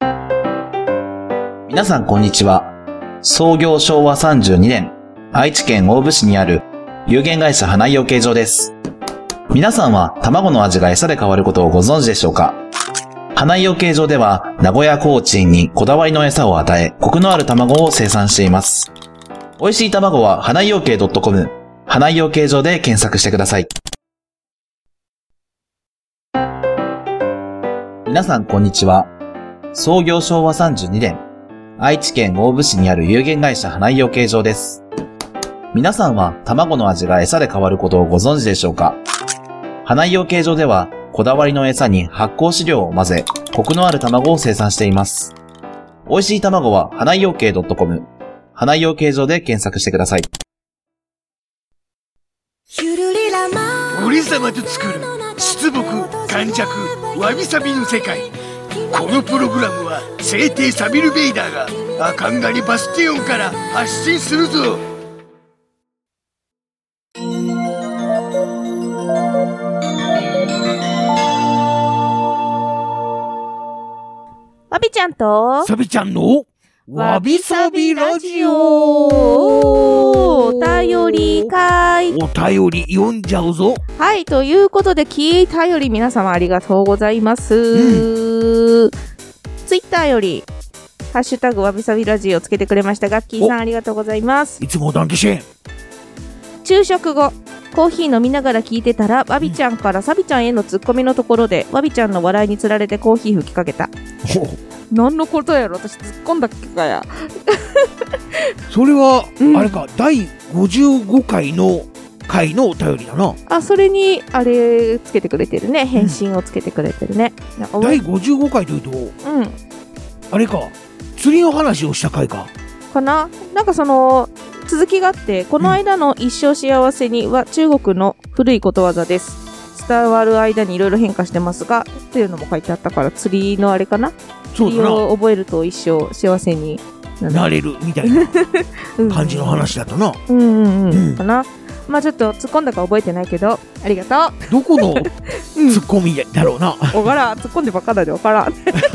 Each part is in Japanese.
皆さんこんにちは。創業昭和32年、愛知県大府市にある有限会社花井養鶏場です。皆さんは卵の味が餌で変わることをご存知でしょうか？花井養鶏場では名古屋コーチンにこだわりの餌を与え、コクのある卵を生産しています。美味しい卵は花井養鶏 .com、花井養鶏場で検索してください。皆さんこんにちは。創業昭和32年、愛知県大府市にある有限会社花井養鶏場です。皆さんは卵の味が餌で変わることをご存知でしょうか？花井養鶏場ではこだわりの餌に発酵飼料を混ぜ、コクのある卵を生産しています。美味しい卵は花井養鶏 .com、花井養鶏場で検索してください。 俺様と作る出木、感弱、わびさびの世界。このプログラムは聖帝サビル・ベイダーがアカンガリバスティオンから発信するぞ。 わびちゃんとサビちゃんのわびさびラジオお便り会。 お便り読んじゃうぞ。 はい、ということで聞いたより皆様ありがとうございます。ツイッターよりハッシュタグわびさびラジオをつけてくれましたガッキーさん、ありがとうございます。 いつもダンケシェン。 昼食後コーヒー飲みながら聞いてたら、わびちゃんからサビちゃんへのツッコミのところでわびちゃんの笑いにつられてコーヒー吹きかけた。何のことやろ、私突っ込んだっけかや。 それは、あれか、第55回のお便りだな。 あ、それにあれつけてくれてるね、返信をつけてくれてるね。 第55回というと、あれか、釣りの話をした回かな。なんかその続きがあって、この間の一生幸せには中国の古いことわざです。伝わる間にいろいろ変化してますがっていうのも書いてあったから、釣りのあれかな。釣りを覚えると一生幸せになれるみたいな感じの話だったな。 かな。まあちょっと突っ込んだか覚えてないけど、ありがとう。 どこの突っ込みだろうな。 おから突っ込んでばっかだでおから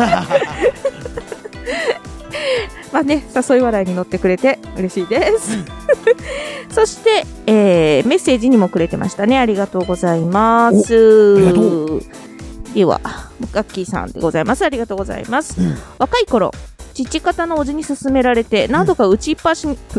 まあね、誘い笑いに乗ってくれて嬉しいです、そして、メッセージにもくれてましたね。ありがとうございます。 ありがとう。 ではガッキーさんでございます。ありがとうございます、若い頃父方のおじに勧められて何度か打ちっぱなしに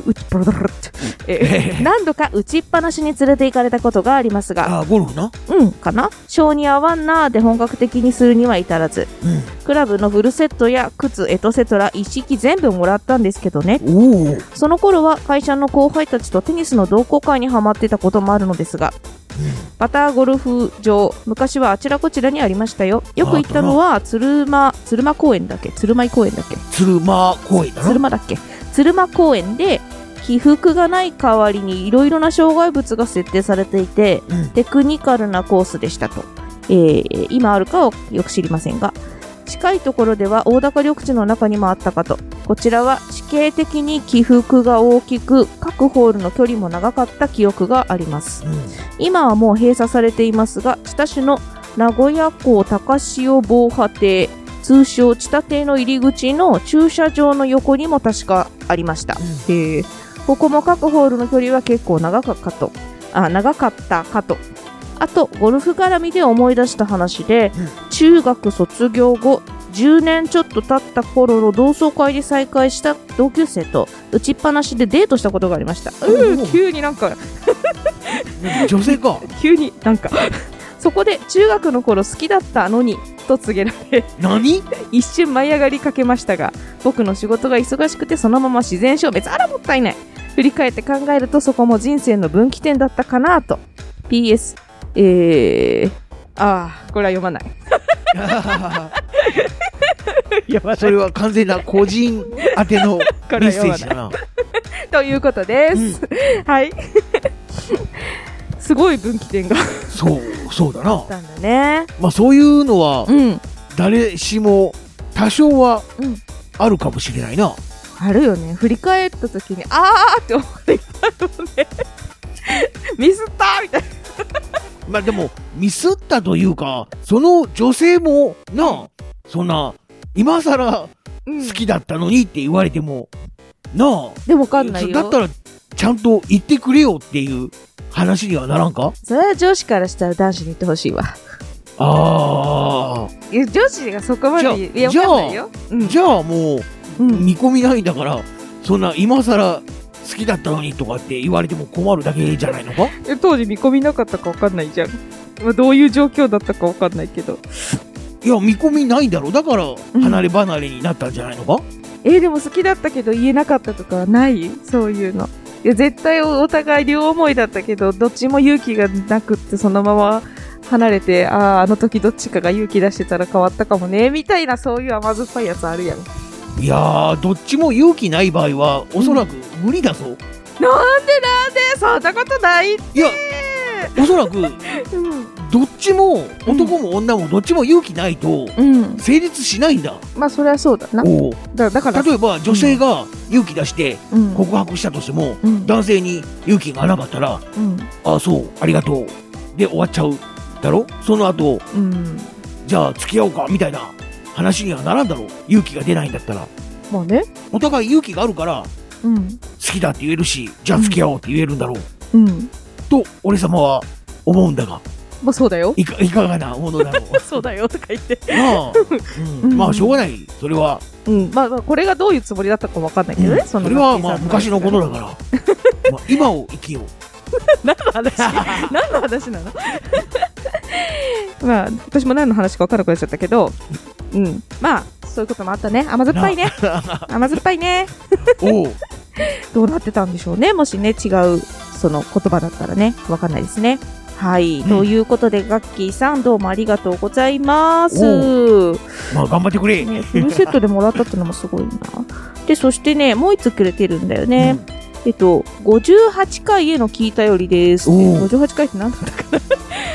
連れて行かれたことがありますが、 ゴルフなかな、性に合わんなーで本格的にするには至らず、クラブのフルセットや靴、エトセトラ一式全部もらったんですけどね。その頃は会社の後輩たちとテニスの同好会にハマってたこともあるのですが、パターゴルフ場、昔はあちらこちらにありましたよ。よく行ったのは鶴間公園だっけ、鶴舞公園だっけ、鶴間公園だな、鶴間だっけ、鶴間公園で起伏がない代わりにいろいろな障害物が設定されていて、テクニカルなコースでしたと。今あるかはよく知りませんが、近いところでは大高緑地の中にもあったかと。こちらは地形的に起伏が大きく、各ホールの距離も長かった記憶があります、今はもう閉鎖されていますが、知多市の名古屋港高潮防波堤、通称知多堤の入り口の駐車場の横にも確かありました、ここも各ホールの距離は結構長かったかと。あとゴルフ絡みで思い出した話で、中学卒業後10年ちょっと経った頃の同窓会で再会した同級生と打ちっぱなしでデートしたことがありました。急になんか女性か急になんかそこで中学の頃好きだったのにと告げられ、一瞬舞い上がりかけましたが、僕の仕事が忙しくてそのまま自然消滅。あらもったいない。振り返って考えるとそこも人生の分岐点だったかなと。 PS これは読まないそれは完全な個人宛てのメッセージだなということです、はいすごい分岐点がそうだな。 あったんだね。 まあそういうのは、誰しも多少はあるかもしれないな。 あるよね。振り返った時にって思っていたのねミスったみたいなまあでもミスったというか、その女性もな、そんな今更好きだったのにって言われても、なあ。 でもわかんないよ。 だったら、ちゃんと言ってくれよっていう話にはならんか？ それは女子からしたら男子に言ってほしいわ。 ああ。 いや女子がそこまでいやわかんないよ。 じゃあもう、見込みないんだから、そんな今更好きだったのにとかって言われても困るだけじゃないのか？ 当時見込みなかったかわかんないじゃん。まあ、どういう状況だったかわかんないけど。 いや、見込みないだろ。だから、離れ離れになったんじゃないのか？ でも好きだったけど言えなかったとかはないそういうの。いや、絶対お互い両思いだったけど、どっちも勇気がなくってそのまま離れて、あの時どっちかが勇気出してたら変わったかもね、みたいなそういう甘酸っぱいやつあるやん。 いやー、どっちも勇気ない場合は、おそらく無理だぞ。 なんでそんなことないって。 いや、おそらく、どっちも、男も女もどっちも勇気ないと、成立しないんだ。 まあ、それはそうだな。だから例えば、女性が勇気出して告白したとしても、男性に勇気がなかったら、ああ、そう、ありがとう。で終わっちゃう。だろ？その後、じゃあ付き合おうか、みたいな話にはならんだろう。勇気が出ないんだったら。 まあね。 お互い勇気があるから、好きだって言えるし、じゃあ付き合おうって言えるんだろう。と、俺様は思うんだが。 まあそうだよ。 いかがなものだろう。 そうだよとか言って。 まあしょうがない。それは。 まあこれがどういうつもりだったかわかんないけどね。 それはまあ昔のことだから。まあ今を生きよう。 何の話なの？まあ私も何の話か分からなくなっちゃったけど、まあそういうこともあったね。甘酸っぱいね。甘酸っぱいね。どうなってたんでしょうね。もしね違うその言葉だったらね分かんないですね。はい、ということでガッキーさんどうもありがとうございます。 まあ頑張ってくれ。 フルセットでもらったってのもすごいな。でそしてねもう一つくれてるんだよね。58回への聞いたよりです。58回って何だったかな。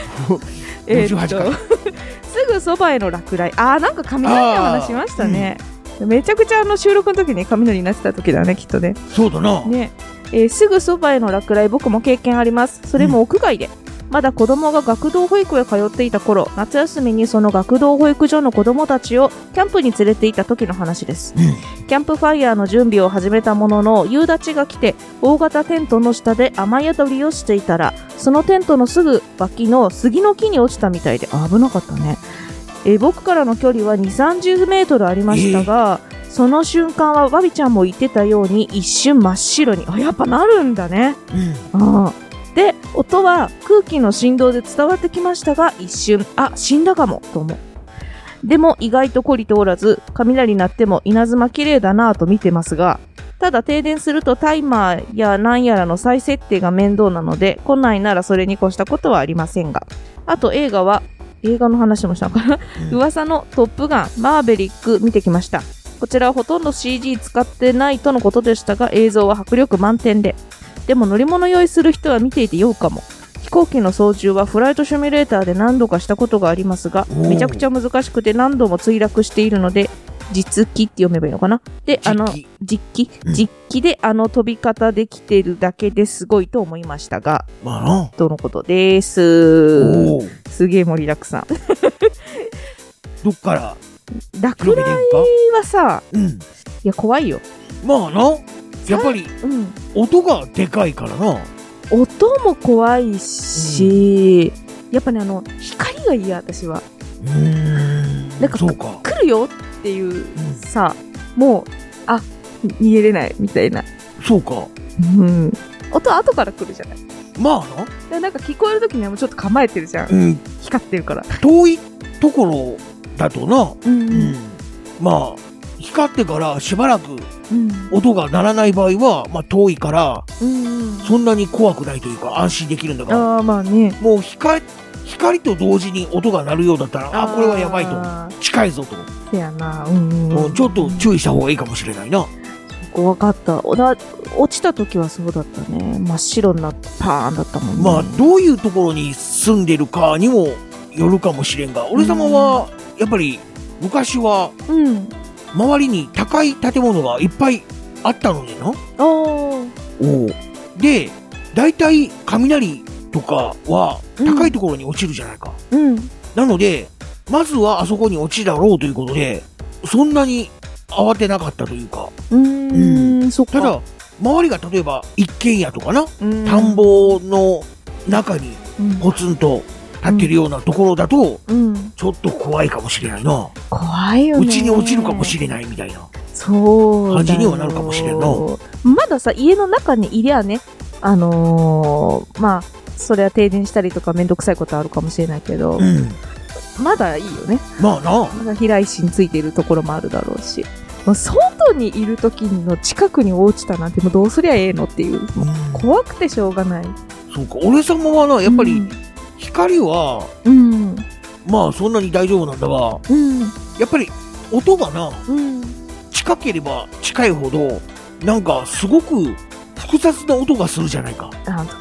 58回。 すぐそばへの落雷。なんか雷の話しましたね。めちゃくちゃ収録の時に雷になってた時だねきっとね。 そうだな。 ね。すぐそばへの落雷僕も経験あります。それも屋外で。まだ子供が学童保育へ通っていた頃、夏休みにその学童保育所の子供たちをキャンプに連れて行った時の話です。キャンプファイヤーの準備を始めたものの、夕立が来て大型テントの下で雨宿りをしていたら、そのテントのすぐ脇の杉の木に落ちたみたいで危なかったね。僕からの距離は2、30メートルありましたが、その瞬間はワビちゃんも言ってたように一瞬真っ白に、やっぱなるんだね。で、音は空気の振動で伝わってきましたが、一瞬、死んだかも、と思う。でも意外と懲りておらず、雷鳴っても稲妻綺麗だなぁと見てますが、ただ停電するとタイマーや何やらの再設定が面倒なので、来ないならそれに越したことはありませんが。あと映画の話もしたのかな、噂のトップガン、マーベリック見てきました。こちらはほとんど CG 使ってないとのことでしたが、映像は迫力満点で。でも乗り物酔いする人は見ていて酔うかも。飛行機の操縦はフライトシミュレーターで何度かしたことがありますが、めちゃくちゃ難しくて何度も墜落しているので、実機って読めばいいのかな。で、実機で飛び方できてるだけですごいと思いましたが、とのことです。すげえ盛りだくさん。 どっから落雷はさ、いや怖いよ。 まあな。やっぱり、音がでかいからな。 音も怖いし、やっぱね光が嫌私は。なんかそうか来るよっていうさ、もう逃げれないみたいな。 そうか。 音後から来るじゃない。 まあな。なんか聞こえる時にはもうちょっと構えてるじゃん。光ってるから。 遠いところだとな。まあ光ってからしばらく音が鳴らない場合は、まあ遠いから、そんなに怖くないというか安心できるんだが、 まあね、 もう光と同時に音が鳴るようだったら、これはやばいと、近いぞと。 せやな。 ちょっと注意した方がいいかもしれないな。 分かった。落ちた時はそうだったね。真っ白になってパーンだったもんね。 まあどういうところに住んでるかにもよるかもしれんが、俺様はやっぱり昔は、周りに高い建物がいっぱいあったのねな。で、だいたい雷とかは高いところに落ちるじゃないか。なので、まずはあそこに落ちだろうということで、そんなに慌てなかったというか。 そっか。 ただ、周りが例えば一軒家とかな、田んぼの中にポツンと立ってるようなところだと、ちょっと怖いかもしれないな。 怖いよね。 うちに落ちるかもしれないみたいな。 そう感じにはなるかもしれんな。 まださ、家の中にいりゃね、まあ、それは停電したりとかめんどくさいことあるかもしれないけど、まだいいよね。 まあな。 まだ避雷針ついているところもあるだろうし。外にいる時の近くに落ちたなんてもうどうすりゃええのっていう。怖くてしょうがない。 そうか、俺様はな、やっぱり、光は、まあそんなに大丈夫なんだが、やっぱり音がな、近ければ近いほど、なんかすごく複雑な音がするじゃないか。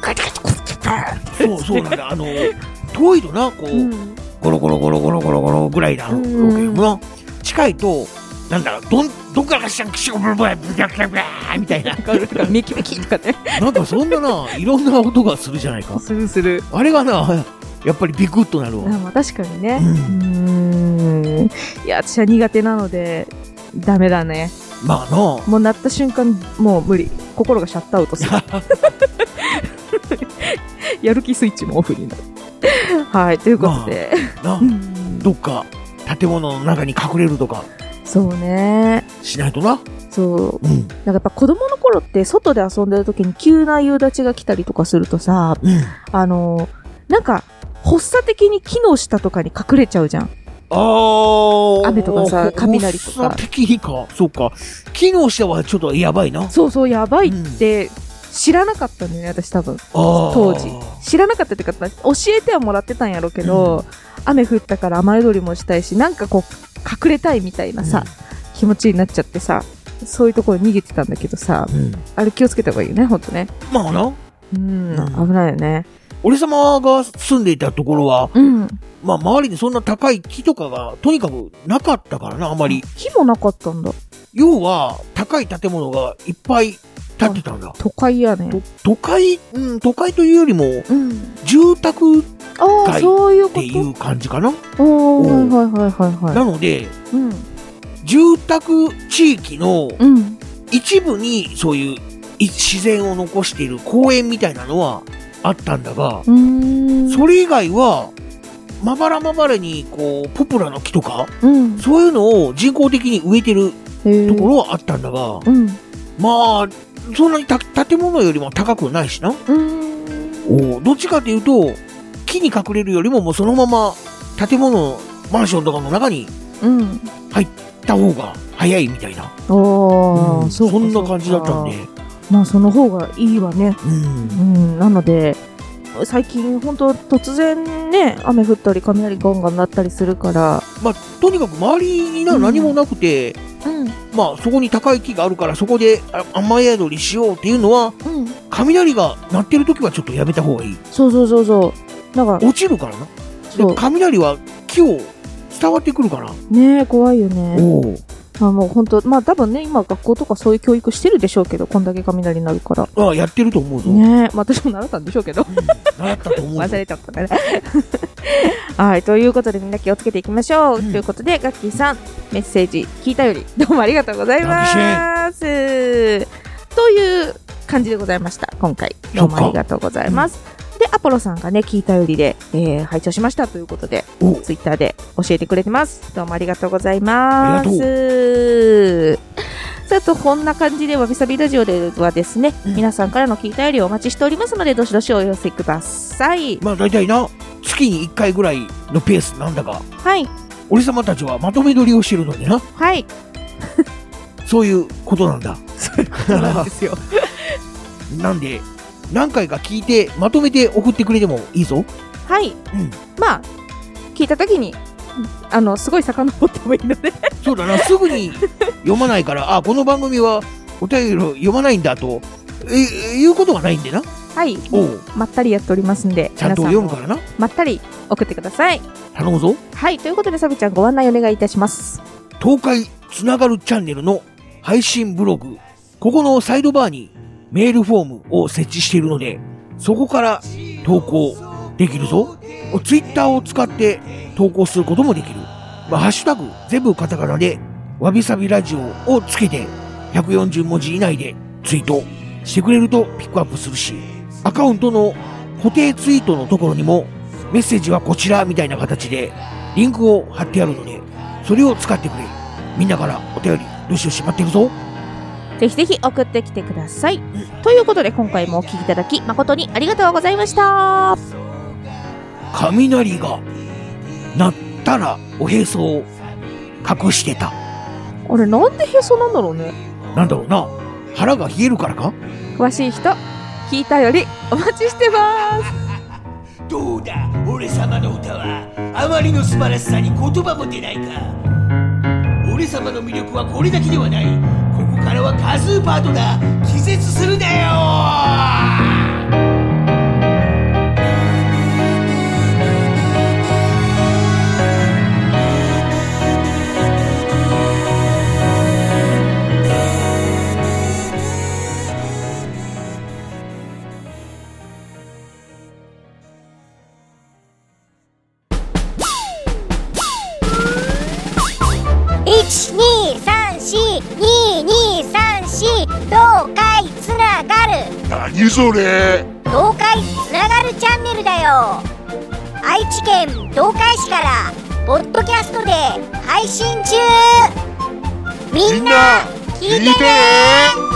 そうなんだ。遠いとな、こう、ゴロゴロゴロゴロゴロゴロぐらいなわけよな。近いと、なんだろう、どっからかしらん、キショブルブラブラブラブラみたいな。 メキメキとかね。 なんかそんなな、いろんな音がするじゃないか。 する。あれがな、やっぱりビクッとなるわ。 まあ確かにね。いや、私は苦手なので、ダメだね。 まあな。もう鳴った瞬間、もう無理。心がシャットアウトする。やる気スイッチもオフになる。はい、ということで。 どっか建物の中に隠れるとか。 そうね。 しないとな。 そう。なんかやっぱ子供の頃って外で遊んでる時に急な夕立が来たりとかするとさ、なんか発作的に木の下とかに隠れちゃうじゃん。雨とかさ、雷とか。 発作的にか。そうか。木の下はちょっとやばいな。 そう、やばいって知らなかったんだよね、私多分。当時。知らなかったっていうか、教えてはもらってたんやろうけど、雨降ったから雨宿りもしたいし、なんかこう、隠れたいみたいなさ、気持ちになっちゃってさ、そういうところに逃げてたんだけどさ、あれ気をつけた方がいいよね、ほんとね。 まあな。 危ないよね。 俺様が住んでいたところは、まあ周りにそんな高い木とかがとにかくなかったからな、あまり。 木もなかったんだ。 要は、高い建物がいっぱい建ってたんだ。 都会やね。 都会というよりも、住宅街っていう感じかな。 はい。 なので、住宅地域の一部にそういう自然を残している公園みたいなのはあったんだが、それ以外は、まばらにこうポプラの木とか、そういうのを人工的に植えてるところはあったんだが、まあそんなに建物よりも高くないしな。どっちかというと木に隠れるよりももうそのまま建物マンションとかの中に入った方が早いみたいな。そんな感じだったんで、 まあその方がいいわね。なので最近本当突然ね、雨降ったり雷ガンガン鳴ったりするから、 まあとにかく周りに何もなくて、まあそこに高い木があるからそこで雨宿りしようっていうのは、雷が鳴ってる時はちょっとやめた方がいい。 そう。なんか落ちるからな。で雷は木を伝わってくるから。 ねえ、怖いよね。もう本当、まあ多分ね、今学校とかそういう教育してるでしょうけど、こんだけ雷になるから。 やってると思うぞ。 ねえ、まあ私も習ったんでしょうけど。 習ったと思う。 忘れちゃったね。はい、ということでみんな気をつけていきましょう。ということで、ガッキーさん、メッセージ聞いたより、どうもありがとうございます。という感じでございました、今回。どうもありがとうございます。で、アポロさんがね、聞いたよりで、拝聴しましたということで、ツイッターで教えてくれてます。どうもありがとうございます。さあと、こんな感じで、わびさびラジオではですね、皆さんからの聞いたよりをお待ちしておりますので、どしどしお寄せください。 まあ、大体な、月に1回ぐらいのペースなんだが、 はい。 俺様たちはまとめ撮りをしてるのでな。 はい。 そういうことなんだ。 そういうことなんですよ。 なんで、何回か聞いてまとめて送ってくれてもいいぞ。 はい。まあ聞いたときにすごい遡ってもいいので。 そうだな、すぐに読まないからこの番組はお便りを読まないんだということがないんでな。 はい。まったりやっておりますんで、 ちゃんと読むからな。 まったり送ってください。 頼むぞ。 はい。ということで、サビちゃんご案内お願いいたします。 東海つながるチャンネルの配信ブログ、ここのサイドバーにメールフォームを設置しているので、そこから投稿できるぞ。ツイッターを使って投稿することもできる。ハッシュタグ全部カタカナでわびさびラジオをつけて140文字以内でツイートしてくれるとピックアップするし、アカウントの固定ツイートのところにもメッセージはこちらみたいな形でリンクを貼ってあるので、それを使ってくれ。みんなからお便りどしどし待ってるぞ。 ぜひぜひ送ってきてください。ということで今回もお聞きいただき誠にありがとうございました。 雷が鳴ったらおへそを隠してた。 あれなんでへそなんだろうね。 なんだろうな。腹が冷えるからか。 詳しい人聞いたよりお待ちしてます。 どうだ俺様の歌はあまりの素晴らしさに言葉も出ないか。俺様の魅力はこれだけではない。ここからはカズーパートナー気絶するなよ。 東海つながる。 何それ。 東海つながるチャンネルだよ。愛知県東海市からポッドキャストで配信中。みんな聞いてね。